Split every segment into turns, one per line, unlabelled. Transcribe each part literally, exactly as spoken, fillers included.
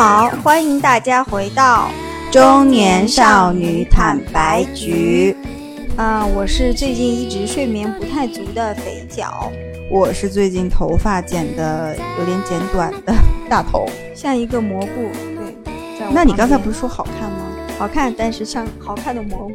好，欢迎大家回到
中年少女坦白局。
啊、呃，我是最近一直睡眠不太足的肥脚。
我是最近头发剪的有点剪短的大头，
像一个蘑菇。对，
那你刚才不是说好看吗？
好看，但是像好看的蘑菇。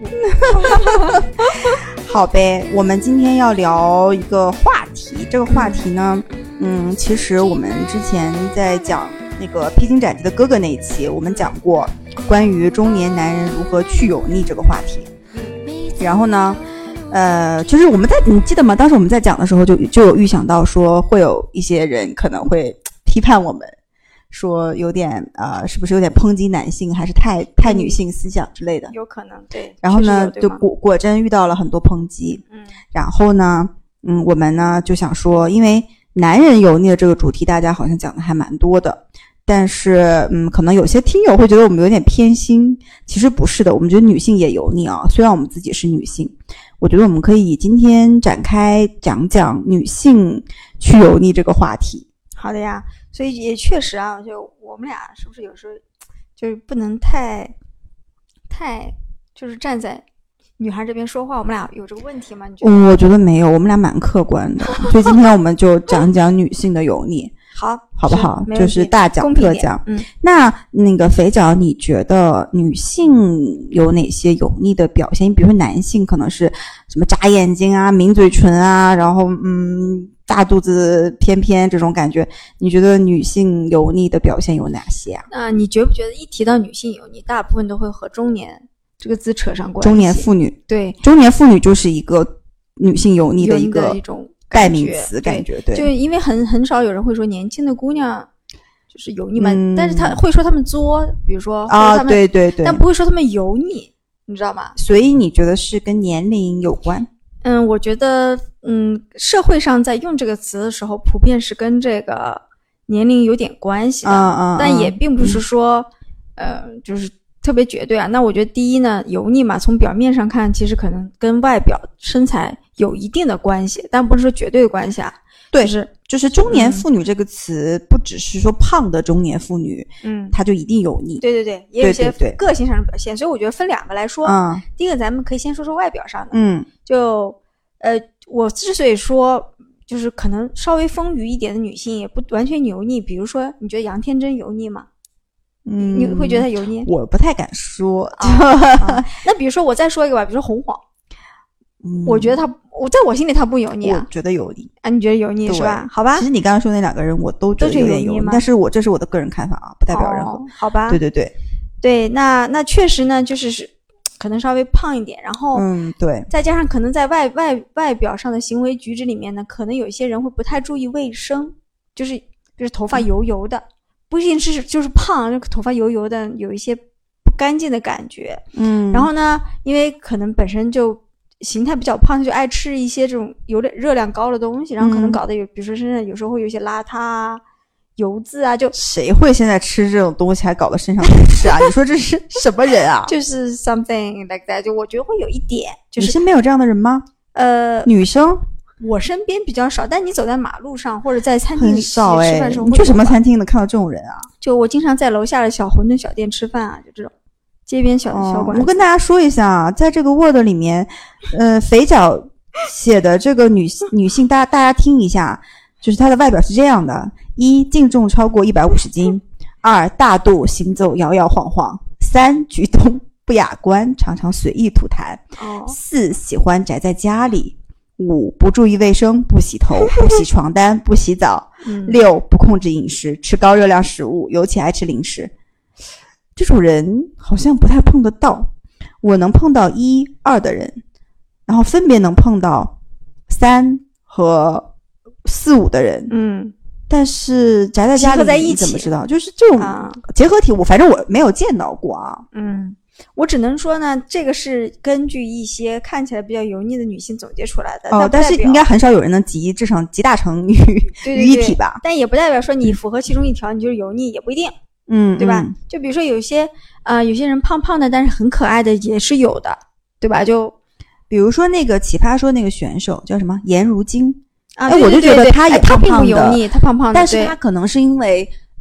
好呗，我们今天要聊一个话题，这个话题呢，嗯，其实我们之前在讲那个披荆斩棘的哥哥那一期，我们讲过关于中年男人如何去油腻这个话题。然后呢，呃，就是我们在你记得吗？当时我们在讲的时候就就有预想到说会有一些人可能会批判我们，说有点呃，是不是有点抨击男性，还是太太女性思想之类的？
有可能，对。
然后呢，就果果真遇到了很多抨击。嗯。然后呢，嗯，我们呢就想说，因为男人油腻的这个主题，大家好像讲的还蛮多的。但是，嗯，可能有些听友会觉得我们有点偏心，其实不是的，我们觉得女性也油腻啊。虽然我们自己是女性，我觉得我们可以今天展开讲讲女性去油腻这个话题。
好的呀，所以也确实啊，就我们俩是不是有时候就是不能太太就是站在女孩这边说话，我们俩有这个问题吗？你觉得？
嗯，我觉得没有，我们俩蛮客观的。所以今天我们就讲讲女性的油腻。
好，
好不好？是就是大讲特讲。
嗯，
那那个肥脚，你觉得女性有哪些油腻的表现？你比如说男性可能是什么眨眼睛啊、抿嘴唇啊，然后嗯大肚子偏偏这种感觉，你觉得女性油腻的表现有哪些啊？
那、呃、你觉不觉得一提到女性油腻，大部分都会和中年这个字扯上关系？
中年妇女，
对，
中年妇女就是一个女性油腻的一个
一种
代名词感觉。对，
就因为很很少有人会说年轻的姑娘就是油腻嘛、嗯，但是他会说他们作，比如说
啊，对对对，
但不会说他们油腻，你知道吗？
所以你觉得是跟年龄有关？
嗯，我觉得嗯，社会上在用这个词的时候，普遍是跟这个年龄有点关系的，
嗯嗯，
但也并不是说、嗯、呃，就是特别绝对啊。那我觉得第一呢，油腻嘛，从表面上看，其实可能跟外表身材有一定的关系，但不是说绝对的关系啊。
对，就是就是中年妇女这个词、嗯，不只是说胖的中年妇女，嗯，她就一定油腻。
对对对，也有一些个性上的表现，所以我觉得分两个来说。嗯，第一个咱们可以先说说外表上的。
嗯，
就呃，我之所以说就是可能稍微丰腴一点的女性也不完全油腻，比如说，你觉得杨天真油腻吗？
嗯，
你会觉得她油腻？
我不太敢说。
啊啊、那比如说我再说一个吧，比如说洪晃。嗯、我觉得他，我在我心里他不油腻啊，
我觉得油腻
啊，你觉得油腻是吧？好吧，
其实你刚刚说那两个人，我都觉得有点油腻，但是我这是我的个人看法啊，不代表任何。
哦、好吧，
对对对，
对，那那确实呢，就是是可能稍微胖一点，然后
嗯，对，
再加上可能在外外外表上的行为举止里面呢，可能有一些人会不太注意卫生，就是就是头发油油的，嗯、不一定是就是胖，就头发油油的，有一些不干净的感觉，
嗯，
然后呢，因为可能本身就形态比较胖，就爱吃一些这种有点热量高的东西，然后可能搞得有，嗯、比如说身上有时候会有一些邋遢啊、油渍啊，就
谁会现在吃这种东西还搞得身上都是啊？你说这是什么人啊？
就是 something like that， 就我觉得会有一点，就是
你身边有这样的人吗？
呃，
女生，
我身边比较少，但你走在马路上或者在餐厅里
吃饭
的时候，
你去什么餐厅能看到这种人啊？
就我经常在楼下的小馄饨小店吃饭啊，就这种。街边小、哦、小馆子，
我跟大家说一下啊，在这个 Word 里面，呃，肥脚写的这个女女性，大家大家听一下，就是她的外表是这样的：一、净重超过一百五十斤；二、大肚，行走摇摇晃晃；三、举动不雅观，常常随意吐痰；
哦、
四、喜欢宅在家里；五、不注意卫生，不洗头，不洗床单，不洗澡；
嗯、
六、不控制饮食，吃高热量食物，尤其爱吃零食。这种人好像不太碰得到，我能碰到一二的人，然后分别能碰到三和四五的人，
嗯，
但是宅在家里
在一起
你怎么知道？就是这种结合体，我反正我没有见到过啊。
嗯，我只能说呢，这个是根据一些看起来比较油腻的女性总结出来的。
哦，但是应该很少有人能集这场集大成于于一体吧？
但也不代表说你符合其中一条，你就是油腻，也不一定。
嗯，
对吧？
嗯、
就比如说有些啊、呃，有些人胖胖的，但是很可爱的也是有的，对吧？就
比如说那个奇葩说那个选手叫什么颜如晶
啊，
哎，我就觉得他也胖胖的，
他并不油腻，他胖胖的，
但是他可能是因为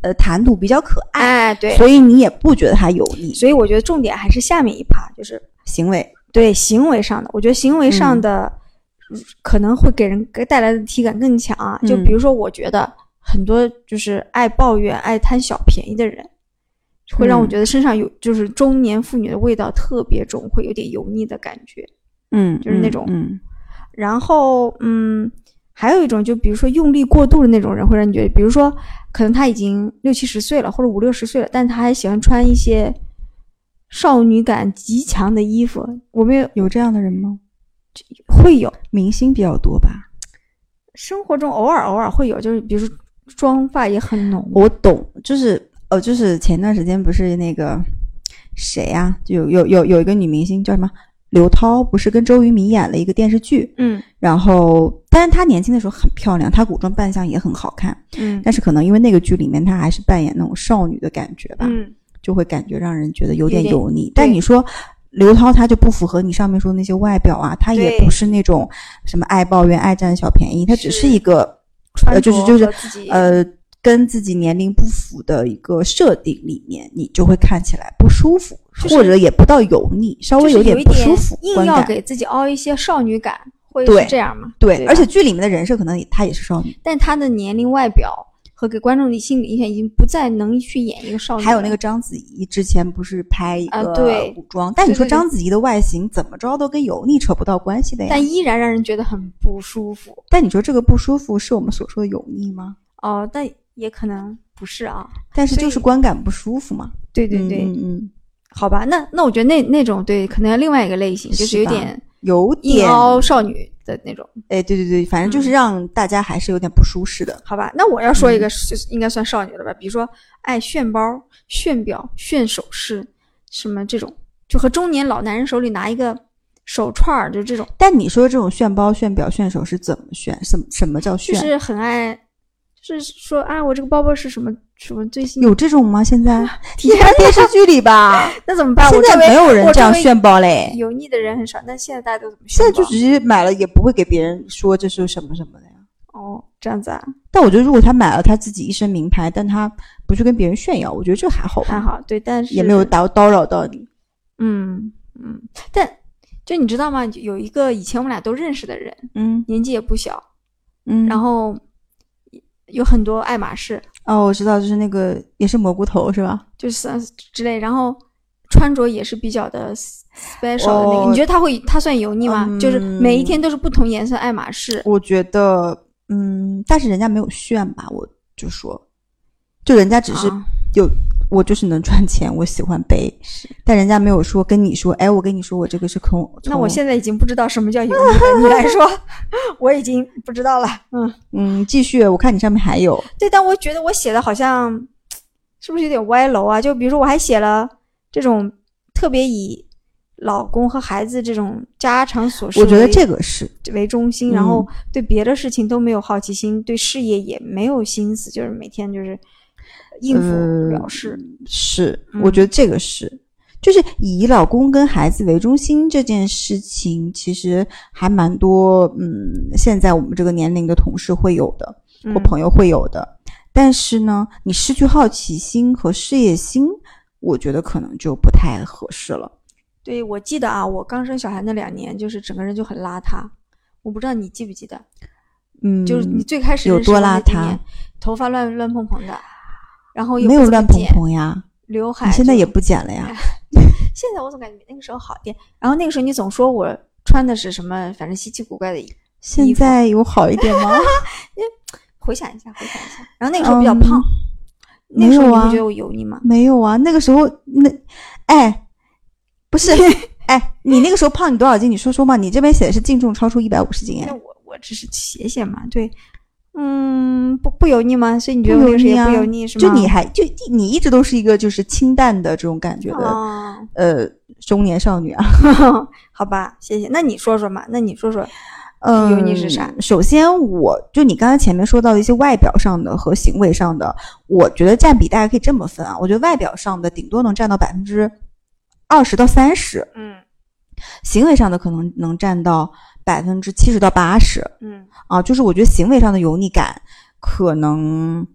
呃谈吐比较可爱，
哎，对，
所以你也不觉得它油腻。
所以我觉得重点还是下面一趴，就是
行为，
对行为上的，我觉得行为上的、嗯、可能会给人带来的体感更强啊。就比如说，我觉得很多就是爱抱怨、爱贪小便宜的人，会让我觉得身上有就是中年妇女的味道特别重，会有点油腻的感觉。
嗯，
就是那种，
嗯，嗯
然后嗯。还有一种，就比如说用力过度的那种人，会让你觉得，比如说，可能他已经六七十岁了，或者五六十岁了，但他还喜欢穿一些少女感极强的衣服。我们有
有这样的人吗？
会有，
明星比较多吧。
生活中偶尔偶尔会有，就是比如说妆发也很浓。
我懂，就是呃，就是前段时间不是那个谁啊，有有有有一个女明星叫什么？刘涛不是跟周渝民演了一个电视剧，
嗯，
然后但是她年轻的时候很漂亮，她古装扮相也很好看，
嗯，
但是可能因为那个剧里面她还是扮演那种少女的感觉吧，
嗯，
就会感觉让人觉得有点油腻。
有点
但你说刘涛她就不符合你上面说的那些外表啊，她也不是那种什么爱抱怨、爱占小便宜，她只是一个呃，就是就是呃。跟自己年龄不符的一个设定里面，你就会看起来不舒服，就是、或者也不到油腻，稍微有点不舒服，
硬要给自己凹一些少女感，会
是
这样吗？
对，对，而且剧里面的人设可能她也是少女，
但她的年龄、外表和给观众的心理印象已经不再能去演一个少女了。
还有那个章子怡之前不是拍一个古装，
啊、
但你说章子怡的外形怎么着都跟油腻扯不到关系的呀，
但依然让人觉得很不舒服。
但你说这个不舒服是我们所说的油腻吗？
哦，但也可能不是啊，
但是就是观感不舒服嘛。
对对对，
嗯 嗯, 嗯，
好吧，那那我觉得那那种对，可能要另外一个类型，就是有点
有点
硬凹少女的那种。
哎，对对对，反正就是让大家还是有点不舒适的。
嗯、好吧，那我要说一个、嗯、应该算少女了吧？比如说爱炫包、炫表、炫首饰，什么这种，就和中年老男人手里拿一个手串，就这种。
但你说这种炫包、炫表、炫首饰怎么炫？什么什么叫炫？
就是很爱。是说啊，我这个包包是什么什么最新？
有这种吗？现在你看电视剧里吧，
那怎么办？
现在没有人这样炫包嘞。
油腻的人很少，那现在大家都怎么炫
包？现在就直接买了，也不会给别人说这是什么什么的呀。
哦，这样子啊。
但我觉得，如果他买了他自己一身名牌，但他不去跟别人炫耀，我觉得这还好吧。
还好，对，但是
也没有打叨扰到你。
嗯嗯，但就你知道吗？有一个以前我们俩都认识的人，
嗯，
年纪也不小，
嗯，
然后。有很多爱马仕
哦，我知道，就是那个也是蘑菇头是吧？
就是之类，然后穿着也是比较的 special 的那个。
哦、
你觉得他会他算油腻吗？
嗯、
就是每一天都是不同颜色爱马仕。
我觉得，嗯，但是人家没有炫吧？我就说，就人家只是有，啊、我就是能赚钱，我喜欢背，但人家没有说跟你说，哎，我跟你说，我这个是空。
那我现在已经不知道什么叫油腻了，你来说，我已经不知道了。嗯
嗯，继续，我看你上面还有。
对，但我觉得我写的好像是不是有点歪楼啊？就比如说我还写了这种特别以老公和孩子这种家常琐事，
我觉得这个是
为中心，
嗯、
然后对别的事情都没有好奇心，对事业也没有心思，就是每天就是应付了事。
呃、是，我觉得这个是。嗯，就是以老公跟孩子为中心这件事情，其实还蛮多，嗯，现在我们这个年龄的同事会有的，或朋友会有的。嗯、但是呢，你失去好奇心和事业心，我觉得可能就不太合适了。
对，我记得啊，我刚生小孩那两年，就是整个人就很邋遢。我不知道你记不记得？
嗯，
就是你最开始
有多邋遢，
头发乱乱蓬蓬的，然后
又没有乱蓬蓬呀，
刘海
你现在也不剪了呀。
现在我总感觉那个时候好点，然后那个时候你总说我穿的是什么，反正稀奇古怪的衣服。
现在有好一点吗？
回想一下，回想一下。然后那个时候比较胖，嗯、那个时候你会觉得我油腻吗？
没有啊，那个时候那，哎，不是，哎，你那个时候胖你多少斤？你说说嘛。你这边写的是净重超出一百五十斤，哎，
那我我只是写写嘛，对。嗯，不不油腻吗？所以你觉得我那个时候也不油腻是吗？
就你还就你一直都是一个就是清淡的这种感觉的，
哦、
呃，中年少女啊。
好吧，谢谢。那你说说嘛？那你说说，
嗯，
油腻是啥？
首先我，我就你刚才前面说到的一些外表上的和行为上的，我觉得占比大家可以这么分啊。我觉得外表上的顶多能占到百分之二十到三十，
嗯，
行为上的可能能占到百分之七十到八十，
嗯，
啊，就是我觉得行为上的油腻感可能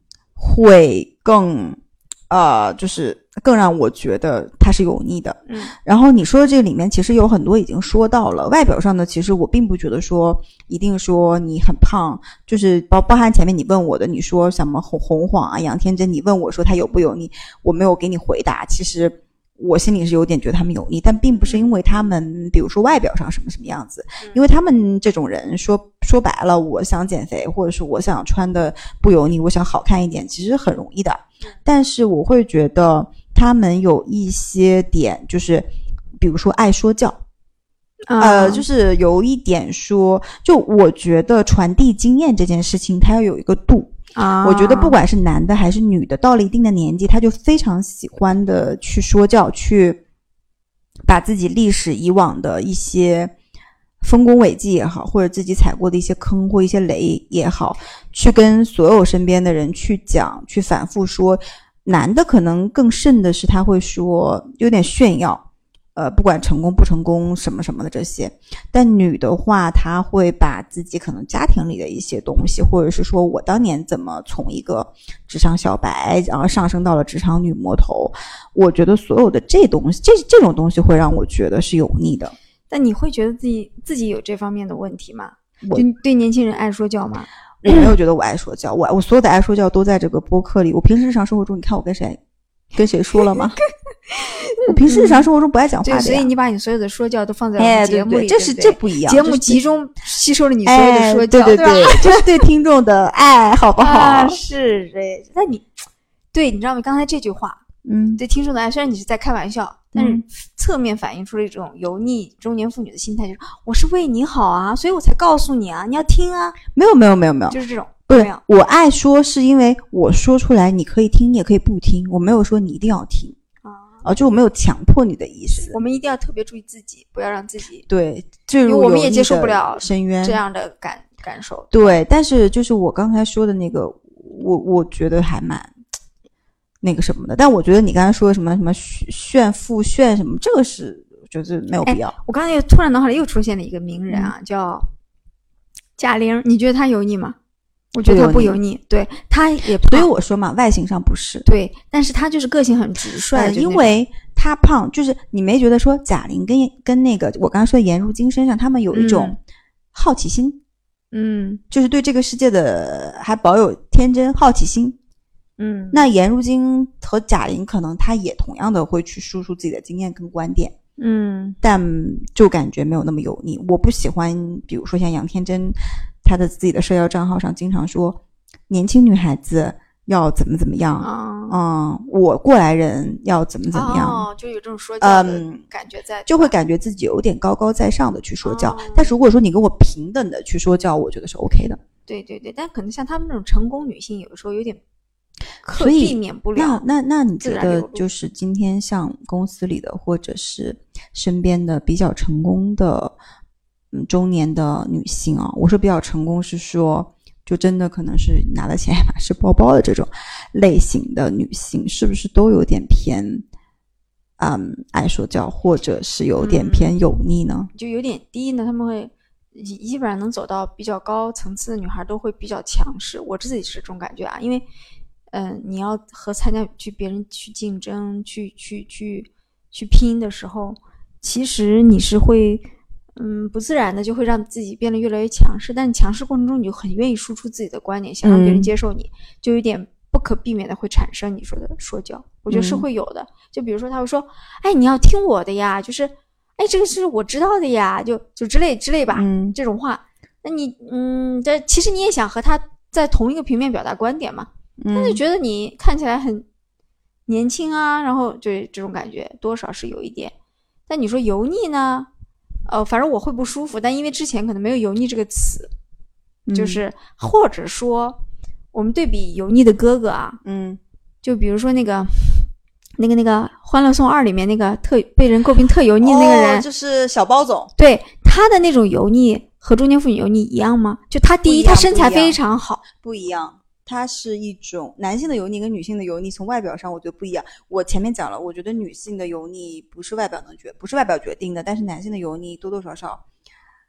会更呃，就是更让我觉得它是油腻的。
嗯，
然后你说的这个里面其实有很多已经说到了，外表上呢，其实我并不觉得说一定说你很胖，就是包包含前面你问我的，你说什么红红黄啊、杨天真，你问我说它油不油腻，我没有给你回答，其实我心里是有点觉得他们油腻，但并不是因为他们比如说外表上什么什么样子，因为他们这种人说说白了，我想减肥或者是我想穿的不油腻，我想好看一点，其实很容易的。但是我会觉得他们有一些点，就是比如说爱说教，
啊、
呃，就是有一点说，就我觉得传递经验这件事情，它要有一个度。
啊，
我觉得不管是男的还是女的，到了一定的年纪，他就非常喜欢的去说教，去把自己历史以往的一些丰功伟绩也好，或者自己踩过的一些坑或一些雷也好，去跟所有身边的人去讲，去反复说。男的可能更甚的是他会说有点炫耀，呃，不管成功不成功什么什么的这些。但女的话，她会把自己可能家庭里的一些东西，或者是说我当年怎么从一个职场小白然后上升到了职场女魔头，我觉得所有的这东西这这种东西会让我觉得是油腻的。
但你会觉得自己自己有这方面的问题吗？就对年轻人爱说教吗？
我没有觉得我爱说教，我我所有的爱说教都在这个播客里。我平时日常生活中，你看我跟谁跟谁说了吗？我平时日常生活中不爱讲话的呀。
对，所以你把你所有的说教都放在我们节目里，
哎、对对，这是
对对
这不一样。
节目集中吸收了你所有的说教，
哎、对对对，这是对听众的爱，好不好？
啊、是这。那你对，你知道吗？刚才这句话，
嗯，
对听众的爱，虽然你是在开玩笑，但是侧面反映出了一种油腻中年妇女的心态，就是我是为你好啊，所以我才告诉你啊，你要听啊。
没有没有没有没有，
就是这种。
不是，我爱说是因为我说出来你可以听，你也可以不听，我没有说你一定要听啊，啊，就我没有强迫你的意思。
我们一定要特别注意自己，不要让自己
对，因
为我们也接受不了
深渊
这样的感感受。
对，但是就是我刚才说的那个，我我觉得还蛮那个什么的。但我觉得你刚才说的什么什么炫富炫什么，这个是我觉得没有必要。
哎、我刚才又突然脑海里又出现了一个名人啊，嗯、叫贾玲，你觉得她油腻吗？我觉得他不油腻，对，他也
所以我说嘛，外形上不是，
对，但是他就是个性很直率，
呃、因为他胖，就是你没觉得说贾玲跟跟那个我刚刚说的颜如晶身上，他们有一种好奇心，
嗯，
就是对这个世界的还保有天真好奇心，
嗯，
那颜如晶和贾玲可能他也同样的会去输出自己的经验跟观点，
嗯，
但就感觉没有那么油腻。我不喜欢，比如说像杨天真。她的自己的社交账号上经常说年轻女孩子要怎么怎么样，
哦、
嗯，我过来人要怎么怎么样，
哦，就有这种说教的感觉在，
嗯、就会感觉自己有点高高在上的去说教。
哦、
但是如果说你跟我平等的去说教，我觉得是 OK 的。
对对对，但可能像她们那种成功女性，有的时候有点可避免不了。
那那那你觉得就是今天像公司里的或者是身边的比较成功的？嗯，中年的女性啊，我说比较成功是说，就真的可能是拿得起爱马仕包包的这种类型的女性，是不是都有点偏，嗯，爱说教，或者是有点偏油腻呢？
嗯、就有点低呢，他们会基本上能走到比较高层次的女孩都会比较强势，我自己是这种感觉啊，因为，嗯、呃，你要和参加去别人去竞争，去去去去拼的时候，其实你是会。嗯，不自然的就会让自己变得越来越强势，但强势过程中你就很愿意输出自己的观点，想让别人接受你，嗯、就有点不可避免的会产生你说的说教，我觉得是会有的。嗯、就比如说他会说，哎，你要听我的呀，就是，哎，这个是我知道的呀，就就之类之类吧，
嗯、
这种话。那你，嗯，这其实你也想和他在同一个平面表达观点嘛，
嗯、
他就觉得你看起来很年轻啊，然后就这种感觉多少是有一点。但你说油腻呢？呃，反正我会不舒服，但因为之前可能没有油腻这个词，
嗯、
就是或者说我们对比油腻的哥哥啊，
嗯，
就比如说那个那个那个《欢乐颂二》里面那个特被人诟病特油腻那个人，
哦、就是小包总，
对他的那种油腻和中年妇女油腻一样吗？就他第一，
一
他身材非常好，
不一样。它是一种男性的油腻跟女性的油腻，从外表上我觉得不一样。我前面讲了，我觉得女性的油腻不是外表能决，不是外表决定的，但是男性的油腻多多少少，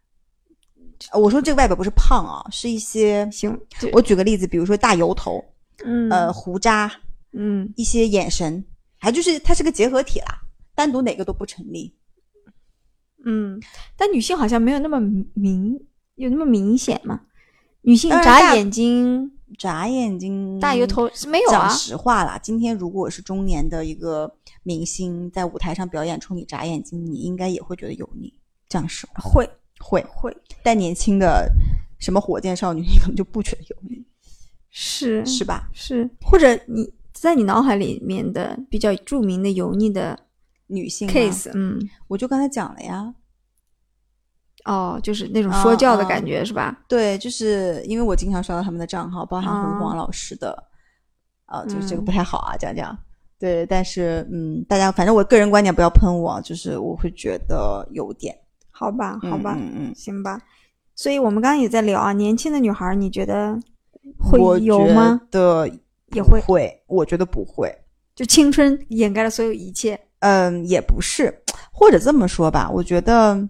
我说这个外表不是胖啊，是一些，
行，
我举个例子，比如说大油头，
嗯
呃胡渣，
嗯
一些眼神，还就是它是个结合体啦，单独哪个都不成立。
嗯，但女性好像没有那么明有那么明显嘛，女性
当然大
眨眼睛
眨眼睛
大油头是没有啊。
讲实话啦，今天如果是中年的一个明星在舞台上表演冲你眨眼睛，你应该也会觉得油腻，讲实话。
会
会
会，
但年轻的什么火箭少女你可能就不觉得油腻，
是
是吧？
是，或者你在你脑海里面的比较著名的油腻的
女性
case， 嗯，
我就刚才讲了呀。
哦，就是那种说教的感觉、
啊、
是吧？
对，就是因为我经常刷到他们的账号，包含胡黄老师的，啊、呃，就是这个不太好啊，讲讲。对，但是嗯，大家反正我个人观点不要喷我，就是我会觉得有点。
好吧，好吧，
嗯嗯，
行吧。所以我们刚刚也在聊啊，年轻的女孩，你觉得会有吗？
我觉得
也会
会，我觉得不会，
就青春掩盖了所有一切。
嗯，也不是，或者这么说吧，我觉得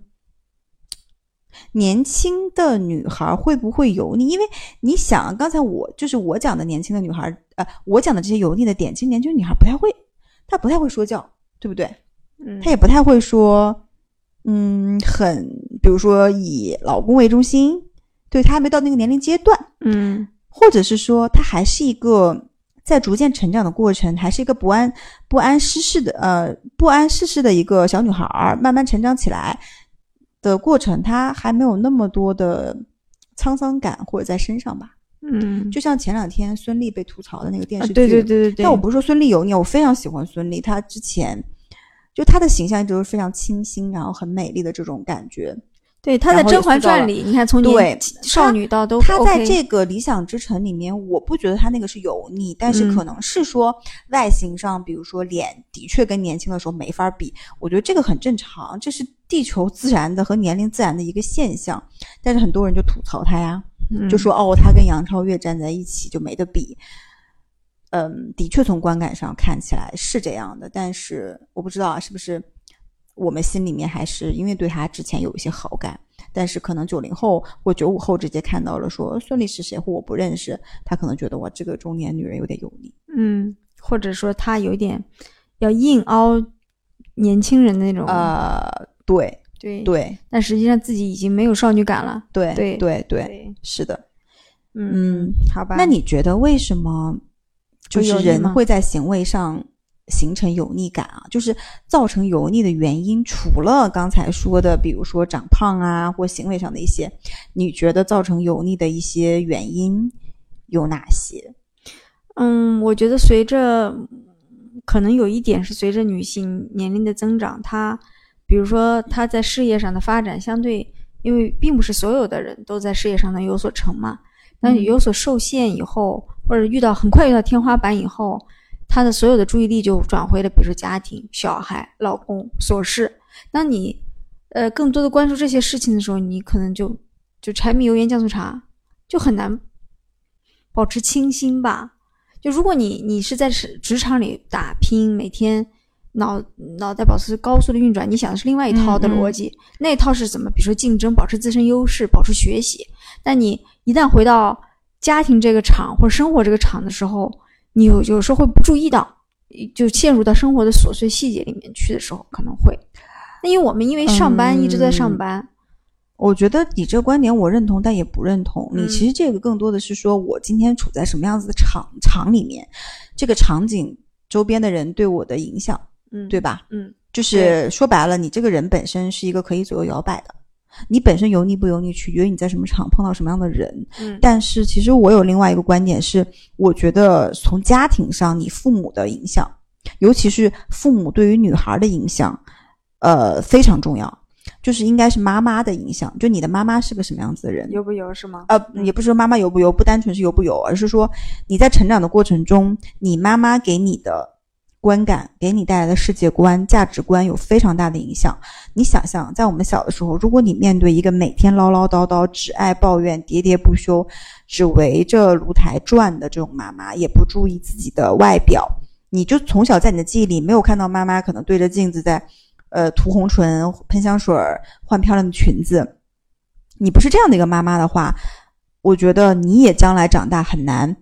年轻的女孩会不会油腻？因为你想，刚才我就是我讲的年轻的女孩，呃，我讲的这些油腻的点，其实年轻女孩不太会，她不太会说教，对不对？
嗯，
她也不太会说。嗯，很，比如说以老公为中心，对，他还没到那个年龄阶段，
嗯，
或者是说他还是一个在逐渐成长的过程，还是一个不谙不谙世事的呃不谙世事的一个小女孩，慢慢成长起来的过程，她还没有那么多的沧桑感或者在身上吧。
嗯，
就像前两天孙俪被吐槽的那个电视剧，
啊、对对对对对。
但我不是说孙俪油腻，我非常喜欢孙俪，她之前。就她的形象一直是非常清新，然后很美丽的这种感觉。
对，她在《甄嬛传》里，你看从年少女到都、OK，
她在这个《理想之城》里面，我不觉得她那个是油腻，但是可能是说外形上，嗯、比如说脸的确跟年轻的时候没法比，我觉得这个很正常，这是地球自然的和年龄自然的一个现象。但是很多人就吐槽她呀，
嗯、
就说哦，她跟杨超越站在一起就没得比。嗯，的确从观感上看起来是这样的，但是我不知道啊，是不是我们心里面还是因为对他之前有一些好感，但是可能九零后或九五后直接看到了说孙俪是谁或我不认识，他可能觉得我这个中年女人有点油腻，
嗯，或者说他有点要硬凹年轻人的那种，
呃，对
对
对，
但实际上自己已经没有少女感了，
对
对
对 对,
对，
是的，
嗯，好吧。
那你觉得为什么？就是人会在行为上形成油腻感啊，就是造成油腻的原因，除了刚才说的，比如说长胖啊，或行为上的一些，你觉得造成油腻的一些原因有哪些？
嗯，我觉得随着可能有一点是随着女性年龄的增长，她比如说她在事业上的发展相对，因为并不是所有的人都在事业上能有所成嘛，那有所受限以后。嗯，或者遇到很快遇到天花板以后，他的所有的注意力就转回了比如说家庭、小孩、老公、琐事。那你呃更多的关注这些事情的时候，你可能就就柴米油盐酱醋茶就很难保持清新吧。就如果你你是在职场里打拼，每天脑脑袋保持高速的运转，你想的是另外一套的逻辑，嗯嗯，那一套是怎么比如说竞争，保持自身优势，保持学习。但你一旦回到家庭这个场或者生活这个场的时候，你有有时候会不注意到，就陷入到生活的琐碎细节里面去的时候，可能会。那因为我们因为上班、嗯、一直在上班，
我觉得你这个观点我认同，但也不认同。
嗯、
你其实这个更多的是说我今天处在什么样子的场场里面，这个场景周边的人对我的影响，
嗯，
对吧？
嗯，
就是说白了，你这个人本身是一个可以左右摇摆的。你本身油腻不油腻取决于你在什么场碰到什么样的人，
嗯，
但是其实我有另外一个观点是，我觉得从家庭上你父母的影响，尤其是父母对于女孩的影响呃非常重要，就是应该是妈妈的影响，就你的妈妈是个什么样子的人，
油不油是吗？
呃，也不是说妈妈油不油，不单纯是油不油，而是说你在成长的过程中，你妈妈给你的观感，给你带来的世界观、价值观有非常大的影响。你想象在我们小的时候，如果你面对一个每天唠唠叨叨、只爱抱怨、喋喋不休、只围着炉台转的这种妈妈，也不注意自己的外表，你就从小在你的记忆里没有看到妈妈可能对着镜子在呃涂红唇、喷香水、换漂亮的裙子，你不是这样的一个妈妈的话，我觉得你也将来长大很难不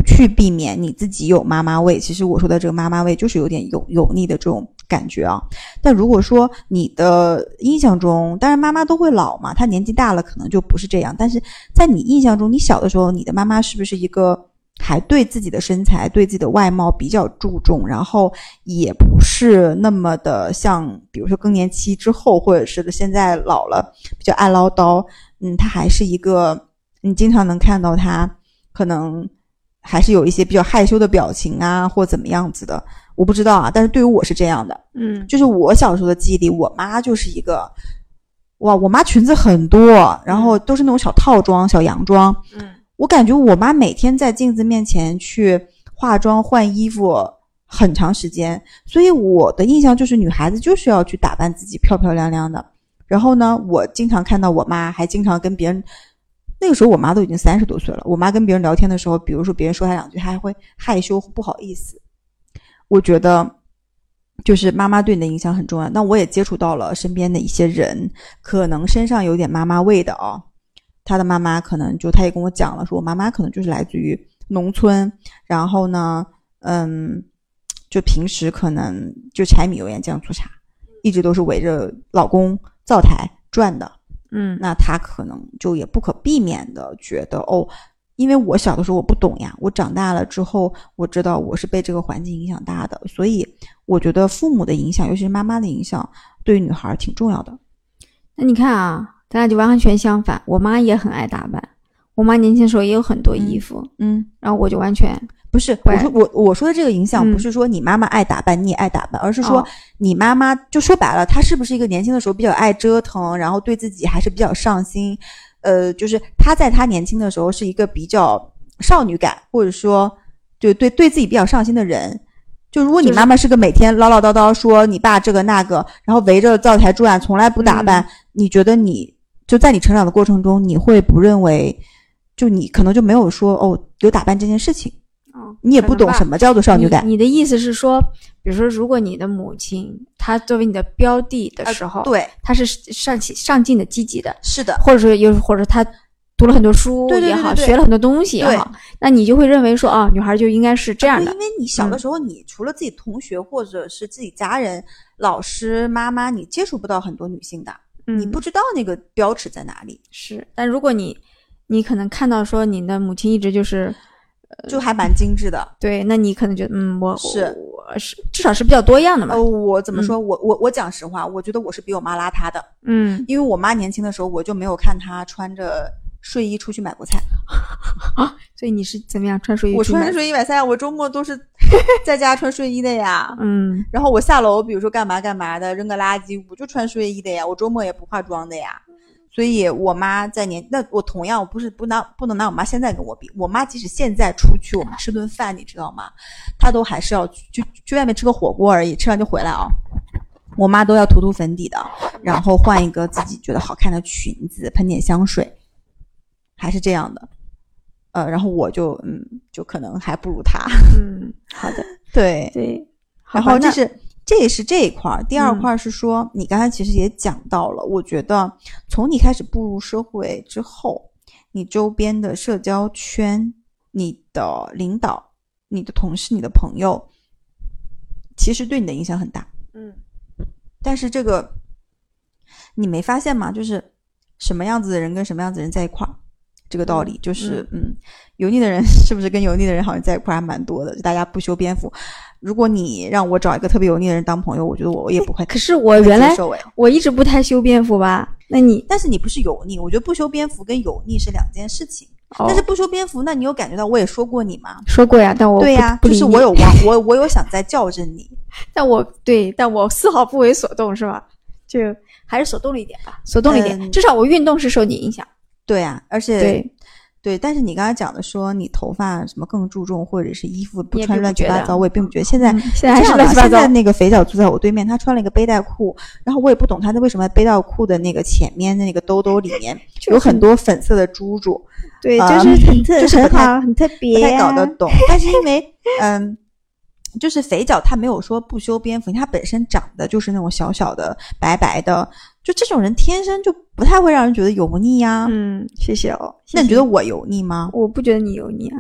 去避免你自己有妈妈味，其实我说的这个妈妈味就是有点油油腻的这种感觉啊。但如果说你的印象中，当然妈妈都会老嘛，她年纪大了可能就不是这样，但是在你印象中，你小的时候你的妈妈是不是一个还对自己的身材对自己的外貌比较注重，然后也不是那么的像比如说更年期之后或者是现在老了比较爱唠叨，嗯，她还是一个你经常能看到她可能还是有一些比较害羞的表情啊或怎么样子的，我不知道啊，但是对于我是这样的。
嗯，
就是我小时候的记忆里，我妈就是一个哇，我妈裙子很多，然后都是那种小套装小洋装。
嗯，
我感觉我妈每天在镜子面前去化妆换衣服很长时间，所以我的印象就是女孩子就是要去打扮自己漂漂亮亮的。然后呢，我经常看到我妈还经常跟别人，那个时候我妈都已经三十多岁了，我妈跟别人聊天的时候，比如说别人说她两句，她还会害羞不好意思。我觉得就是妈妈对你的影响很重要。那我也接触到了身边的一些人，可能身上有点妈妈味的啊。他的妈妈可能就他也跟我讲了，说我妈妈可能就是来自于农村，然后呢嗯，就平时可能就柴米油盐酱醋茶一直都是围着老公灶台转的。
嗯，
那他可能就也不可避免的觉得哦，因为我小的时候我不懂呀，我长大了之后我知道我是被这个环境影响大的，所以我觉得父母的影响尤其是妈妈的影响对于女孩挺重要的。
那你看啊，咱俩就完全相反，我妈也很爱打扮，我妈年轻的时候也有很多衣服。
嗯，嗯
然后我就完全
不是我说我我说的这个影响不是说你妈妈爱打扮、嗯、你也爱打扮，而是说你妈妈就说白了她是不是一个年轻的时候比较爱折腾，然后对自己还是比较上心，呃就是她在她年轻的时候是一个比较少女感，或者说就对对自己比较上心的人。就如果你妈妈是个每天唠唠叨叨说你爸这个那个，然后围着灶台转从来不打扮、嗯、你觉得你就在你成长的过程中你会不认为就你可能就没有说哦有打扮这件事情。
哦，
你也不懂什么叫做少女感。
你, 你的意思是说，比如说，如果你的母亲她作为你的标的的时候，呃、
对，
她是上上进的、积极的，
是的，
或者说又或者她读了很多书也好，
对对对对对，
学了很多东西也好，那你就会认为说啊，女孩就应该是这样的。
因为你小的时候，你除了自己同学、嗯、或者是自己家人、老师、妈妈，你接触不到很多女性的，嗯、你不知道那个标尺在哪里。
是，但如果你你可能看到说你的母亲一直就是。
就还蛮精致的，
对，那你可能觉得，嗯，我
是
我是至少是比较多样的嘛。
呃，我怎么说？嗯、我我我讲实话，我觉得我是比我妈邋遢的，
嗯，
因为我妈年轻的时候，我就没有看她穿着睡衣出去买过菜
啊。所以你是怎么样穿睡衣？
我穿着睡衣买菜，我周末都是在家穿睡衣的呀。
嗯，
然后我下楼，比如说干嘛干嘛的，扔个垃圾，我就穿睡衣的呀。我周末也不化妆的呀。所以我妈在年那我同样我不是不拿不能拿我妈现在跟我比，我妈即使现在出去我们吃顿饭你知道吗，她都还是要去去去外面吃个火锅而已，吃完就回来啊。我妈都要涂涂粉底的，然后换一个自己觉得好看的裙子，喷点香水，还是这样的。呃，然后我就嗯就可能还不如她。
嗯，好的，
对
对，
然后这是。这也是这一块，第二块是说、嗯、你刚才其实也讲到了，我觉得从你开始步入社会之后，你周边的社交圈、你的领导、你的同事、你的朋友其实对你的影响很大。
嗯，
但是这个你没发现吗？就是什么样子的人跟什么样子的人在一块儿，这个道理就是 嗯, 嗯油腻的人是不是跟油腻的人好像在一块还蛮多的，就大家不修边幅。如果你让我找一个特别油腻的人当朋友，我觉得我也不会。
可是我原来我一直不太修边幅吧？那你
但是你不是油腻，我觉得不修边幅跟油腻是两件事情。哦、但是不修边幅，那你有感觉到我也说过你吗？
说过呀，但我
对呀，就是我有我我有想在校正你，
但我对，但我丝毫不为所动，是吧？就还是手动了一点吧，手动了一点，嗯、至少我运动是受你影响。
对呀、啊，而且
对。
对，但是你刚才讲的说你头发什么更注重，或者是衣服不穿乱七八糟，我也并不觉得。现在、嗯、
现在还是乱七八糟。
现在那个肥脚坐在我对面，他穿了一个背带裤，然后我也不懂他为什么背带裤的那个前面的那个兜兜里面有很多粉色的珠珠。
对，就是很特、
呃、就是
很好，很特别、啊，
不太搞得懂。但是因为嗯。就是肥脚他没有说不修边幅，他本身长得就是那种小小的白白的，就这种人天生就不太会让人觉得油腻呀、啊。
嗯，谢谢哦。
那你觉得我油腻吗？
我不觉得你油腻啊。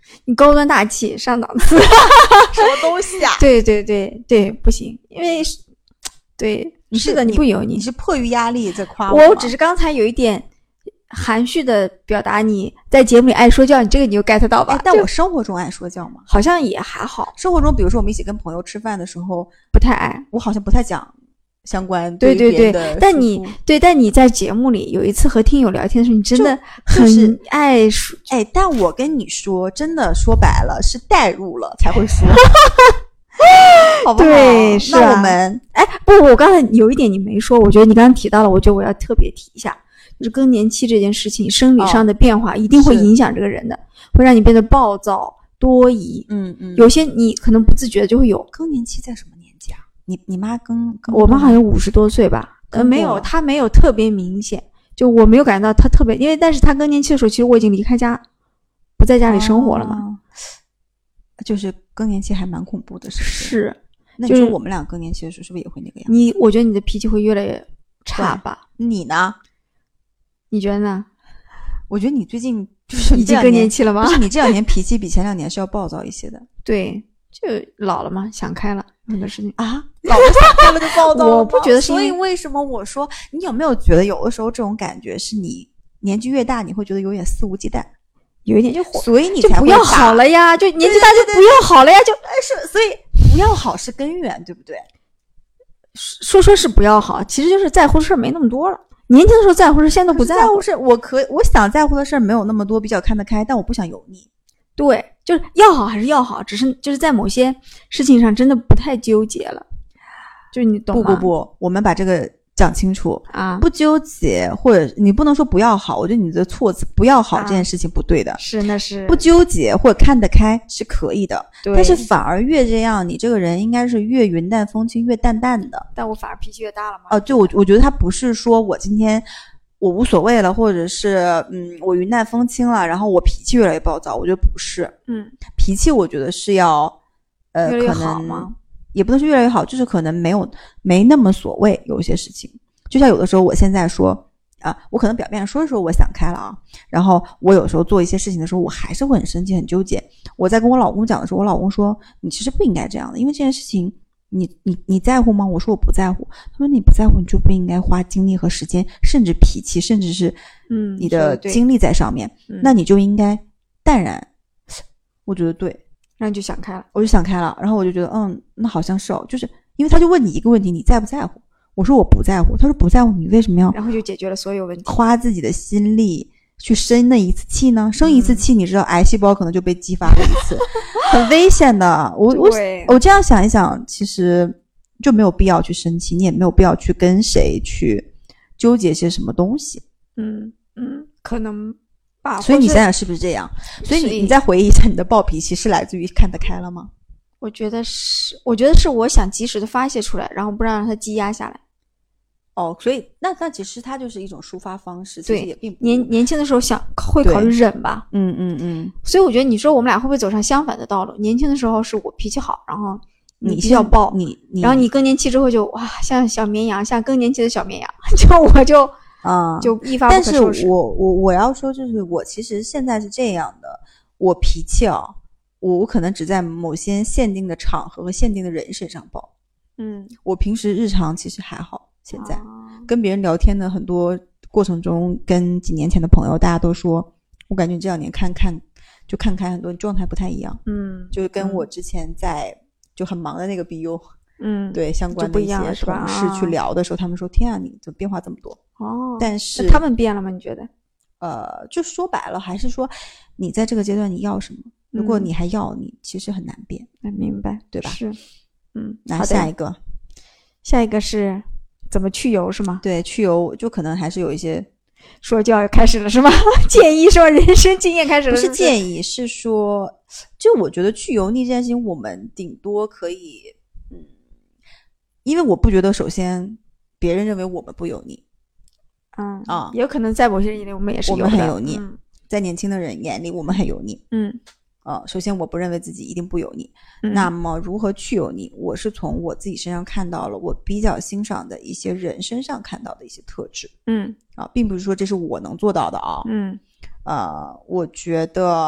你高端大气上档次，
什么东西啊？
对对对对，不行，因为对
你是
是的，你不油腻，
你是迫于压力在夸我，
我只是刚才有一点含蓄的表达你在节目里爱说教，你这个你就 get 到吧？
哎，但我生活中爱说教吗？
好像也还好，
生活中，比如说我们一起跟朋友吃饭的时候，
不太爱，
我好像不太讲相关
对对对，
对，
但你对，但你在节目里有一次和听友聊天的时候，你真的很爱说。
就是、哎，但我跟你说，真的说白了是代入了才会说，好不好？
对，是、啊。
那我们
哎，不，我刚才有一点你没说，我觉得你刚刚提到了，我觉得我要特别提一下，就是更年期这件事情，生理上的变化一定会影响这个人的，哦、会让你变得暴躁多疑。
嗯嗯，
有些你可能不自觉的就会有。
更年期在什么年纪啊？你你妈更
我妈好像五十多岁吧，呃，没有，她没有特别明显，就我没有感觉到她特别，因为但是她更年期的时候，其实我已经离开家，不在家里生活了嘛。
哦、就是更年期还蛮恐怖的，是不是？
是。
那你说我们俩更年期的时候是不是也会那个样子？
你，我觉得你的脾气会越来越差吧？
你呢？
你觉得呢？
我觉得你最近就是
已经更年期了吗？
不是，你这两年脾气比前两年是要暴躁一些的。
对，就老了嘛，想开了很多事情
啊，老了想开了就暴躁了。
我不觉得是，
所以为什么我说你有没有觉得有的时候这种感觉是你年纪越大你会觉得有点肆无忌惮，
有一点就火，
所以你
才不要好了呀，就年纪大就不要好了呀，就
哎是，所以不要好是根源，对不对？
说说是不要好，其实就是在乎的事儿没那么多了。年轻的时候在乎事，现在都不在乎
事。我可我想在乎的事儿没有那么多，比较看得开，但我不想油腻。
对，就是要好还是要好，只是就是在某些事情上真的不太纠结了。就是你懂吗？
不不不，我们把这个讲清楚
啊，
不纠结，或者你不能说不要好，我觉得你的措辞不要好、啊、这件事情不对的，
是那是
不纠结或者看得开是可以的，
对，
但是反而越这样，你这个人应该是越云淡风轻，越淡淡的。
但我反而脾气越大了吗？
哦、呃，就我我觉得他不是说我今天我无所谓了，或者是嗯我云淡风轻了，然后我脾气越来越暴躁，我觉得不是，
嗯，
脾气我觉得是要呃
越来越好吗？
也不能说越来越好，就是可能没有没那么所谓，有一些事情。就像有的时候我现在说啊，我可能表面上说的时候我想开了啊，然后我有时候做一些事情的时候我还是会很生气很纠结。我在跟我老公讲的时候，我老公说你其实不应该这样的，因为这件事情你你你在乎吗？我说我不在乎。他说你不在乎你就不应该花精力和时间甚至脾气甚至是
嗯
你的精力在上面、
嗯、
那你就应该淡然。我觉得对，
然后就想开了，
我就想开了，然后我就觉得嗯那好像是哦，就是因为他就问你一个问题，你在不在乎？我说我不在乎，他说不在乎，你为什么要？
然后就解决了所有问题，
花自己的心力去生那一次气呢？生一次气，你知道癌细胞可能就被激发了一次，很危险的。我我我这样想一想，其实就没有必要去生气，你也没有必要去跟谁去纠结些什么东西。
嗯嗯，可能吧。
所以你想想是不是这样？所以你你再回忆一下，你的暴脾气是来自于看得开了吗？
我觉得是，我觉得是我想及时的发泄出来，然后不让它积压下来。
哦，所以那那其实它就是一种抒发方式，其实也并不
年年轻的时候想会考虑忍吧，
嗯嗯嗯。
所以我觉得你说我们俩会不会走上相反的道路？年轻的时候是我脾气好，然后你比较暴，
你你
然后你更年期之后就哇像小绵羊，像更年期的小绵羊，就我就
啊、嗯、
就一发不可收拾。
但是我我我要说就是我其实现在是这样的，我脾气啊，我我可能只在某些限定的场合和限定的人身上暴。
嗯，
我平时日常其实还好。现在跟别人聊天的很多过程中，跟几年前的朋友大家都说我感觉你这两年看看就看开很多，你状态不太一样。
嗯，
就是跟我之前在就很忙的那个 B U
嗯，
对相关的一些同事去聊的时候，他们说天啊你怎么变化这么多。
哦，
但是
他们变了吗你觉得？
呃就说白了还是说你在这个阶段你要什么，如果你还要你其实很难变。
嗯、明白
对吧？
是。嗯，
那下一个
下一个是怎么去油是吗？
对，去油就可能还是有一些
说教开始了是吗？建议说人生经验开始了是
不是？不是建议，是说就我觉得去油腻这件事情我们顶多可以嗯，因为我不觉得首先别人认为我们不油腻。
嗯
啊，
也有可能在某些人眼里我们也是油的，
我们很油腻、
嗯、
在年轻的人眼里我们很油腻。
嗯
呃，首先我不认为自己一定不油腻、
嗯、
那么如何去油腻，我是从我自己身上看到了我比较欣赏的一些人身上看到的一些特质。
嗯
啊，并不是说这是我能做到的啊。
嗯
呃，我觉得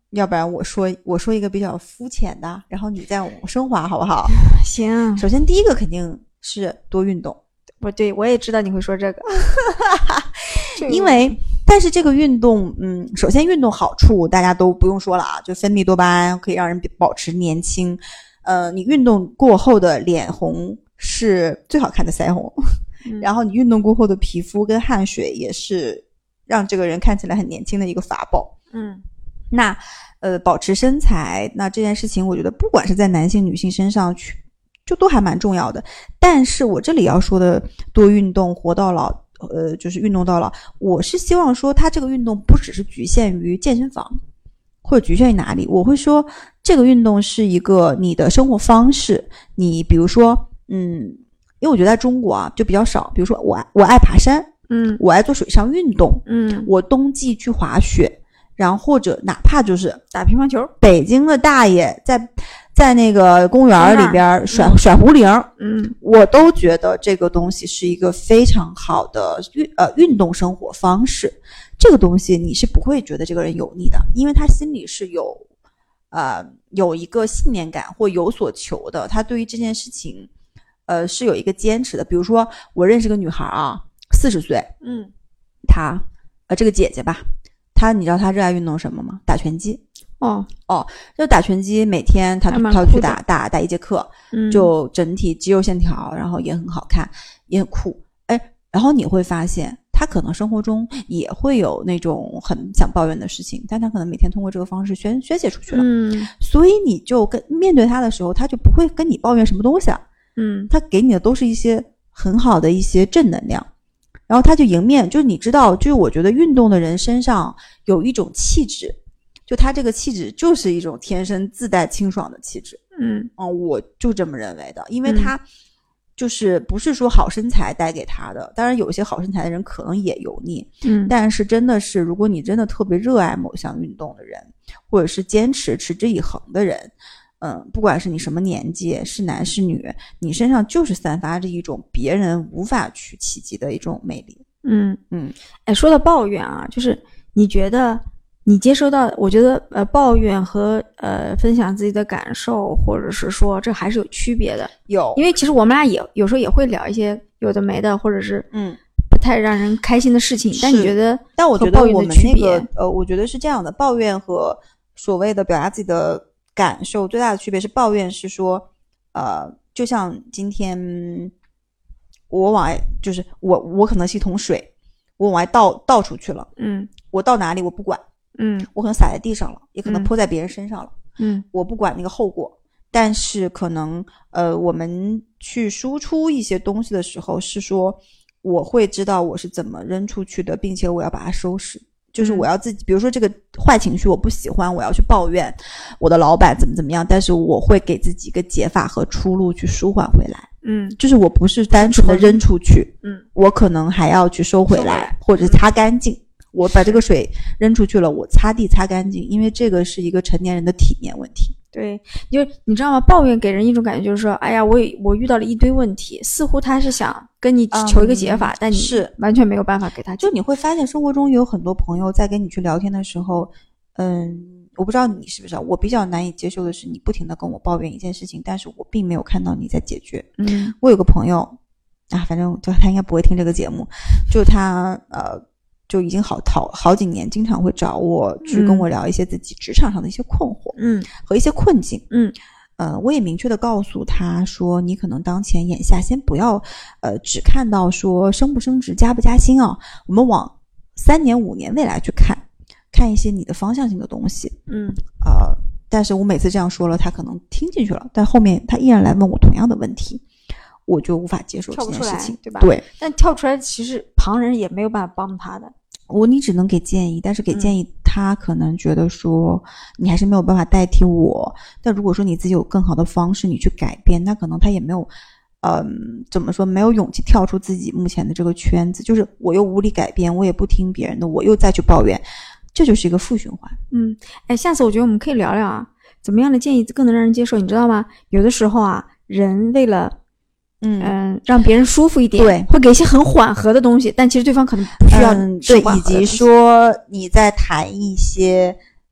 要不然我说我说一个比较肤浅的，然后你再往升华好不好？
行。
首先第一个肯定是多运动。
不对，我也知道你会说这个。
因为但是这个运动嗯，首先运动好处大家都不用说了啊，就分泌多巴胺可以让人保持年轻。呃，你运动过后的脸红是最好看的腮红、嗯、然后你运动过后的皮肤跟汗水也是让这个人看起来很年轻的一个法宝。
嗯，
那呃，保持身材，那这件事情我觉得不管是在男性女性身上去就都还蛮重要的。但是我这里要说的多运动活到老，呃，就是运动到老，我是希望说它这个运动不只是局限于健身房或者局限于哪里，我会说这个运动是一个你的生活方式。你比如说嗯，因为我觉得在中国啊就比较少，比如说我爱我爱爬山，
嗯，
我爱做水上运动，
嗯，
我冬季去滑雪，然后或者哪怕就是
打乒乓球，
北京的大爷在在那个公园里边甩、嗯、甩壶铃，
嗯，
我都觉得这个东西是一个非常好的运呃运动生活方式。这个东西你是不会觉得这个人油腻的，因为他心里是有呃有一个信念感或有所求的，他对于这件事情呃是有一个坚持的。比如说我认识个女孩啊，四十岁，
嗯，
她呃这个姐姐吧，她你知道她热爱运动什么吗？打拳击。
哦
哦，就打拳击，每天她她去打打打一节课、嗯、就整体肌肉线条，然后也很好看，也很酷。哎，然后你会发现她可能生活中也会有那种很想抱怨的事情，但她可能每天通过这个方式宣宣泄出去了。
嗯，
所以你就跟面对她的时候，她就不会跟你抱怨什么东西啊。
嗯，
她给你的都是一些很好的一些正能量。然后她就迎面，就是你知道，就是我觉得运动的人身上有一种气质，就他这个气质就是一种天生自带清爽的气质。
嗯
嗯，我就这么认为的，因为他就是不是说好身材带给他的，当然有一些好身材的人可能也油腻，
嗯，
但是真的是如果你真的特别热爱某项运动的人，或者是坚持持之以恒的人，嗯，不管是你什么年纪，是男是女，你身上就是散发着一种别人无法去企及的一种魅力。
嗯
嗯，
哎，说到抱怨啊，就是你觉得你接收到，我觉得呃抱怨和呃分享自己的感受，或者是说这还是有区别的。
有，
因为其实我们俩也有时候也会聊一些有的没的，或者是
嗯
不太让人开心的事情。但你觉得？
但我觉得我们那个呃，我觉得是这样的，抱怨和所谓的表达自己的感受最大的区别是，抱怨是说呃，就像今天我往外，就是我我可能是一桶水，我往外倒倒出去了，
嗯，
我到哪里我不管。
嗯，
我可能洒在地上了，也可能泼在别人身上了。
嗯，
我不管那个后果，但是可能呃，我们去输出一些东西的时候，是说我会知道我是怎么扔出去的，并且我要把它收拾。就是我要自己，比如说这个坏情绪我不喜欢，我要去抱怨我的老板怎么怎么样，但是我会给自己一个解法和出路去舒缓回来。
嗯，
就是我不是单纯的扔出去，
嗯，
我可能还要去收回来，
收回来
或者擦干净。我把这个水扔出去了，我擦地擦干净，因为这个是一个成年人的体面问题。
对，就是你知道吗？抱怨给人一种感觉，就是说，哎呀，我我遇到了一堆问题，似乎他是想跟你求一个解法，嗯、但你
是
完全没有办法给他。
就你会发现，生活中有很多朋友在跟你去聊天的时候，嗯，我不知道你是不是，我比较难以接受的是，你不停的跟我抱怨一件事情，但是我并没有看到你在解决。
嗯，
我有个朋友啊，反正就他应该不会听这个节目，就他呃。就已经好好好几年经常会找我去跟我聊一些自己职场上的一些困惑，
嗯，
和一些困境，
嗯，
呃，我也明确的告诉他说，你可能当前眼下先不要，呃，只看到说升不升职、加不加薪啊，我们往三年、五年未来去看，看一些你的方向性的东西，
嗯，
呃，但是我每次这样说了，他可能听进去了，但后面他依然来问我同样的问题。我就无法接受这件事情，
对吧？
对，
但跳出来，其实旁人也没有办法帮他的。
我你只能给建议，但是给建议、嗯、他可能觉得说你还是没有办法代替我。但如果说你自己有更好的方式，你去改变，那可能他也没有，嗯，怎么说，没有勇气跳出自己目前的这个圈子。就是我又无力改变，我也不听别人的，我又再去抱怨，这就是一个负循环。
嗯，哎，下次我觉得我们可以聊聊啊，怎么样的建议更能让人接受？你知道吗？有的时候啊，人为了嗯、呃、让别人舒服一点，
对，
会给一些很缓和的东西，但其实对方可能不需要、
嗯、对，以及说你在谈一些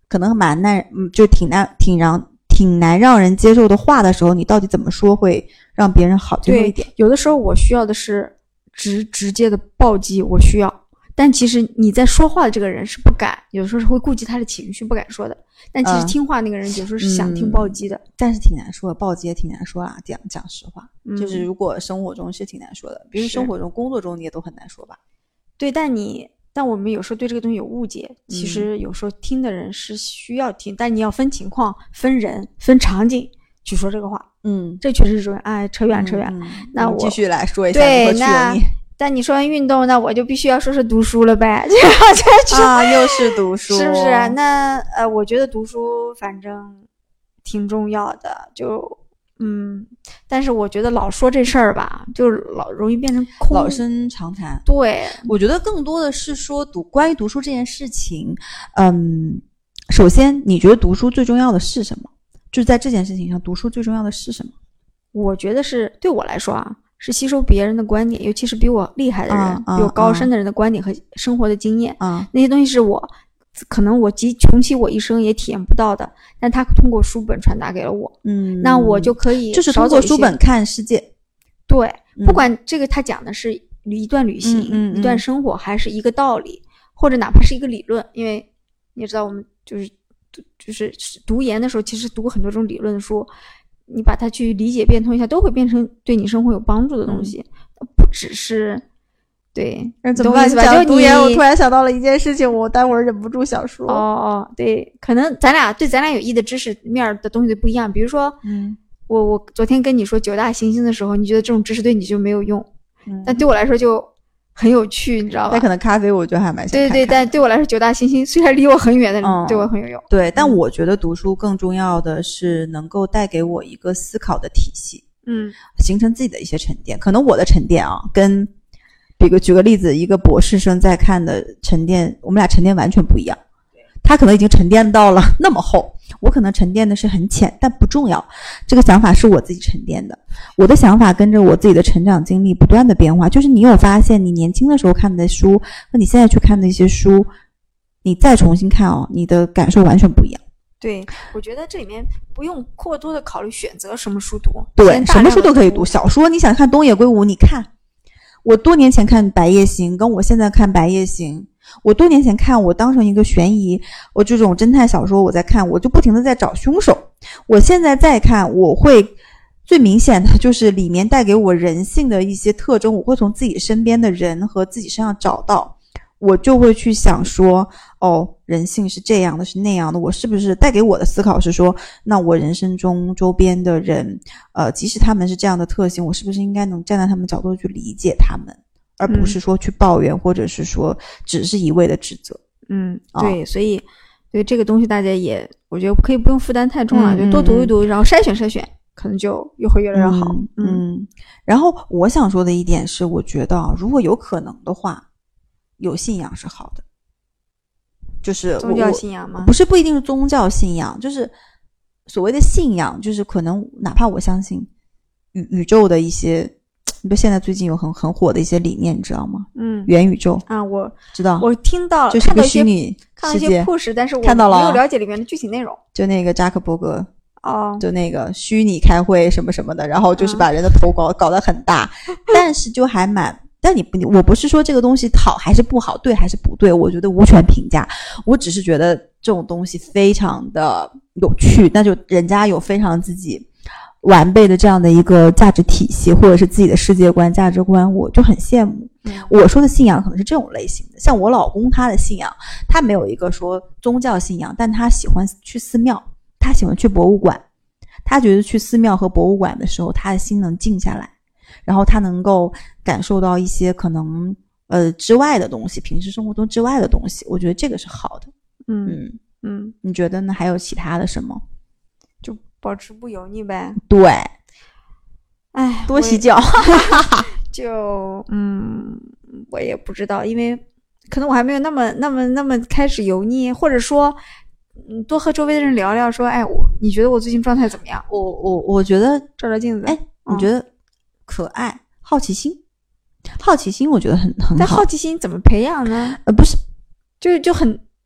可能蛮难，嗯，就挺难挺让挺难让人接受的话的时候，你到底怎么说会让别人好接受一点？
有的时候我需要的是直直接的暴击，我需要，但其实你在说话的这个人是不敢，有的时候是会顾及他的情绪不敢说的，但其实听话那个人有时候是想听暴击的、
嗯、但是挺难说的，暴击也挺难说啊，讲讲实话、嗯、就是如果生活中是挺难说的，比如生活中工作中你也都很难说吧。
对，但你但我们有时候对这个东西有误解，其实有时候听的人是需要听、嗯、但你要分情况分人分场景去说这个话。
嗯，
这确实是重要。哎，扯远扯远、嗯、那我
继续来说一下
对那但你说完运动，那我就必须要说是读书了呗。
啊，又是读书，
是不是？那呃，我觉得读书反正挺重要的，就嗯，但是我觉得老说这事儿吧，就老容易变成空
老生常谈。
对，
我觉得更多的是说读关于读书这件事情，嗯，首先你觉得读书最重要的是什么？就是在这件事情上，读书最重要的是什么？
我觉得是对我来说啊。是吸收别人的观点，尤其是比我厉害的人、啊啊、比我高深的人的观点和生活的经验、
啊、
那些东西是我可能我极穷其我一生也体验不到的，但他通过书本传达给了我。
嗯，
那我就可以
就是通过书本看世界。
对、嗯、不管这个他讲的是一段旅行、
嗯嗯嗯、
一段生活，还是一个道理，或者哪怕是一个理论，因为你也知道我们就是就是读研的时候其实读很多种理论的书，你把它去理解变通一下，都会变成对你生活有帮助的东西、嗯、不只是对。
怎么办？讲读研我突然想到了一件事情，我待会儿忍不住想说。
哦哦，对，可能咱俩对咱俩有益的知识面的东西不一样。比如说
嗯，
我我昨天跟你说九大行星的时候，你觉得这种知识对你就没有用、
嗯、
但对我来说就很有趣，你知道吧？
但可能咖啡我觉得还蛮想看看。
对对，但对我来说九大行星虽然离我很远，但是对我很有用、
嗯、对，但我觉得读书更重要的是能够带给我一个思考的体系，
嗯，
形成自己的一些沉淀。可能我的沉淀啊跟比个举个例子，一个博士生在看的沉淀，我们俩沉淀完全不一样。他可能已经沉淀到了那么厚，我可能沉淀的是很浅，但不重要，这个想法是我自己沉淀的，我的想法跟着我自己的成长经历不断的变化。就是你有发现你年轻的时候看的书和你现在去看的一些书，你再重新看哦，你的感受完全不一样。
对，我觉得这里面不用过多的考虑选择什么书读，
对，什么书都可以读。小说你想看东野圭吾，你看我多年前看白夜行跟我现在看白夜行，我多年前看我当成一个悬疑，我这种侦探小说我在看，我就不停的在找凶手。我现在再看，我会最明显的就是里面带给我人性的一些特征，我会从自己身边的人和自己身上找到，我就会去想说，哦，人性是这样的，是那样的，我是不是带给我的思考是说，那我人生中周边的人，呃，即使他们是这样的特性，我是不是应该能站在他们角度去理解他们，而不是说去抱怨、嗯、或者是说只是一味的指责。
嗯，对、哦、所以对这个东西大家也我觉得可以不用负担太重了、嗯、就多读一读、嗯、然后筛选筛选，可能就又会越来越好。
嗯, 嗯然后我想说的一点是，我觉得如果有可能的话，有信仰是好的，就是
宗教信仰吗？
不是，不一定是宗教信仰，就是所谓的信仰，就是可能哪怕我相信宇宇宙的一些，你说现在最近有很很火的一些理念，你知道吗？
嗯，
元宇宙
啊，我
知道，
我听到了，
就是个虚拟
看到一些 push， 但是我
看到了
没有了解里面的具体内容。
就那个扎克伯格。
哦，
就那个虚拟开会什么什么的，然后就是把人的头搞、嗯、搞得很大，但是就还蛮。但你不，我不是说这个东西好还是不好，对还是不对，我觉得无权评价。我只是觉得这种东西非常的有趣，那就人家有非常自己完备的这样的一个价值体系，或者是自己的世界观、价值观，我就很羡慕。
嗯、
我说的信仰可能是这种类型的，像我老公他的信仰，他没有一个说宗教信仰，但他喜欢去寺庙，他喜欢去博物馆，他觉得去寺庙和博物馆的时候，他的心能静下来。然后他能够感受到一些可能呃之外的东西，平时生活中之外的东西，我觉得这个是好的。
嗯
嗯
嗯，
你觉得呢？还有其他的什么？
就保持不油腻呗。
对，
哎，
多洗脚。
就嗯，我也不知道，因为可能我还没有那么那么那么开始油腻，或者说嗯，多和周围的人聊聊，说，哎，我你觉得我最近状态怎么样？
我我我觉得
照照镜子，
哎，你觉得？可爱，好奇心，好奇心，我觉得很很好。
但好奇心怎么培养呢？
呃，不是，
就就很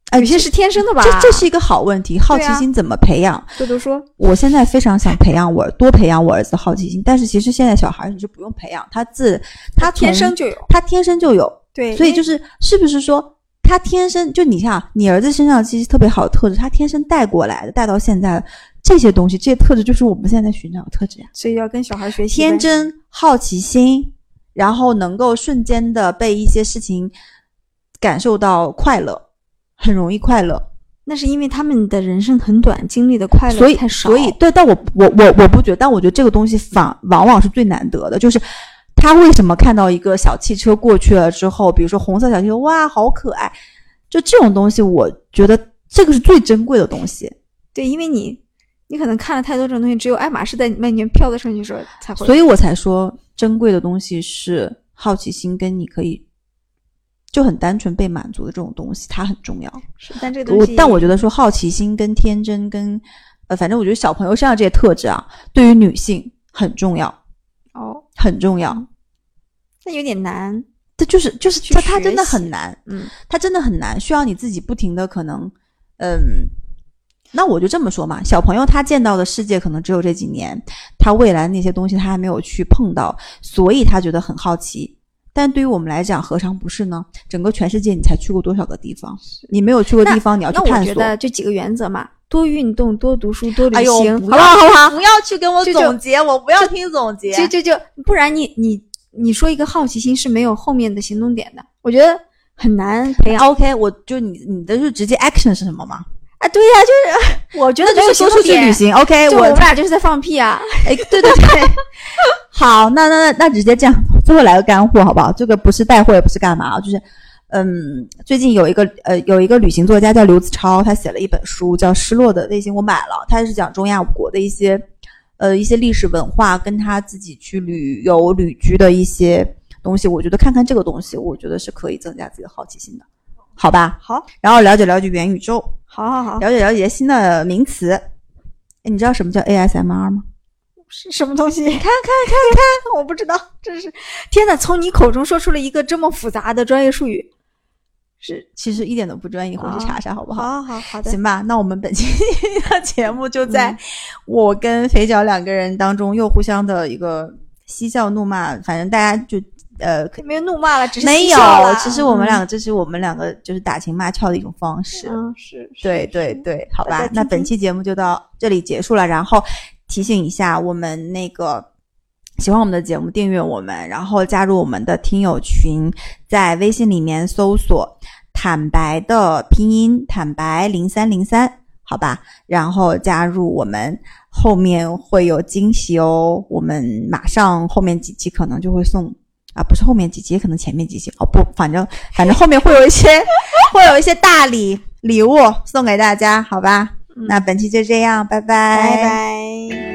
有些是天生的吧？
这这是一个好问题，好奇心怎么培养？
多多说，
我现在非常想培养我多培养我儿子的好奇心，但是其实现在小孩你是不用培养，他自他
天生就有，
他天生就有。
对，
所以就是是不是说他天生就你像你儿子身上其实特别好的特质，他天生带过来的，带到现在的这些东西，这些特质就是我们现在在寻找的特质呀。
所以要跟小孩学习，
天真、好奇心，然后能够瞬间的被一些事情感受到快乐，很容易快乐。
那是因为他们的人生很短，经历的快乐太少。
所以，所以对，但我我我我不觉得，但我觉得这个东西反往往是最难得的，就是他为什么看到一个小汽车过去了之后，比如说红色小汽车，哇，好可爱，就这种东西，我觉得这个是最珍贵的东西。
对，因为你你可能看了太多这种东西，只有爱马仕在你面前飘的上去时候才会。
所以我才说，珍贵的东西是好奇心，跟你可以。就很单纯被满足的这种东西，它很重要。
是，但这个东西，
我但我觉得说好奇心跟天真跟，呃，反正我觉得小朋友身上这些特质啊，对于女性很重要。
哦，
很重要。
那有点难。
这就是就是它它真的很难，
嗯，
它真的很难，需要你自己不停的可能，嗯，那我就这么说嘛，小朋友他见到的世界可能只有这几年，他未来那些东西他还没有去碰到，所以他觉得很好奇。但对于我们来讲，何尝不是呢？整个全世界你才去过多少个地方？你没有去过地方，你要去探索。
那我觉得这几个原则嘛，多运动、多读书、多旅行，
哎、
好不好？好不好？
不要去跟我总结，我不要听总结。
就就就，不然你你你说一个好奇心是没有后面的行动点的，我觉得很难培养。
OK， 我就你你的就直接 action 是什么吗？
啊，对呀、啊，就是我觉得
就是多出去旅行。OK，
我们俩就是在放屁啊！
哎，对对对，好，那那那那直接这样，最后来个干货好不好？这个不是带货，也不是干嘛，就是，嗯，最近有一个呃有一个旅行作家叫刘子超，他写了一本书叫《失落的卫星》，我买了，他是讲中亚五国的一些呃一些历史文化，跟他自己去旅游旅居的一些东西，我觉得看看这个东西，我觉得是可以增加自己的好奇心的。好吧，
好，
然后了解了解元宇宙，
好好好，
了解了解新的名词。哎，你知道什么叫 A S M R 吗？
是什么东西？
看看看看，
我不知道，真是天哪！从你口中说出了一个这么复杂的专业术语，
是其实一点都不专业，回去查查好不好？
好好好的，
行吧。那我们本期的节目就在我跟肥脚两个人当中又互相的一个嬉笑怒骂，反正大家就。呃，
没有怒骂了，只是
没有。其实我们两个，
嗯、
这是我们两个就是打情骂俏的一种方式。
嗯，是，
对对对，好吧。那本期节目就到这里结束了。然后提醒一下，我们那个喜欢我们的节目，订阅我们，然后加入我们的听友群，在微信里面搜索“坦白”的拼音“坦白零三零三”，好吧。然后加入我们，后面会有惊喜哦。我们马上后面几期可能就会送。啊，不是后面几集，也可能前面几集哦，不，反正反正后面会有一些会有一些大礼礼物送给大家，好吧？嗯、那本期就这样，拜拜，
拜拜。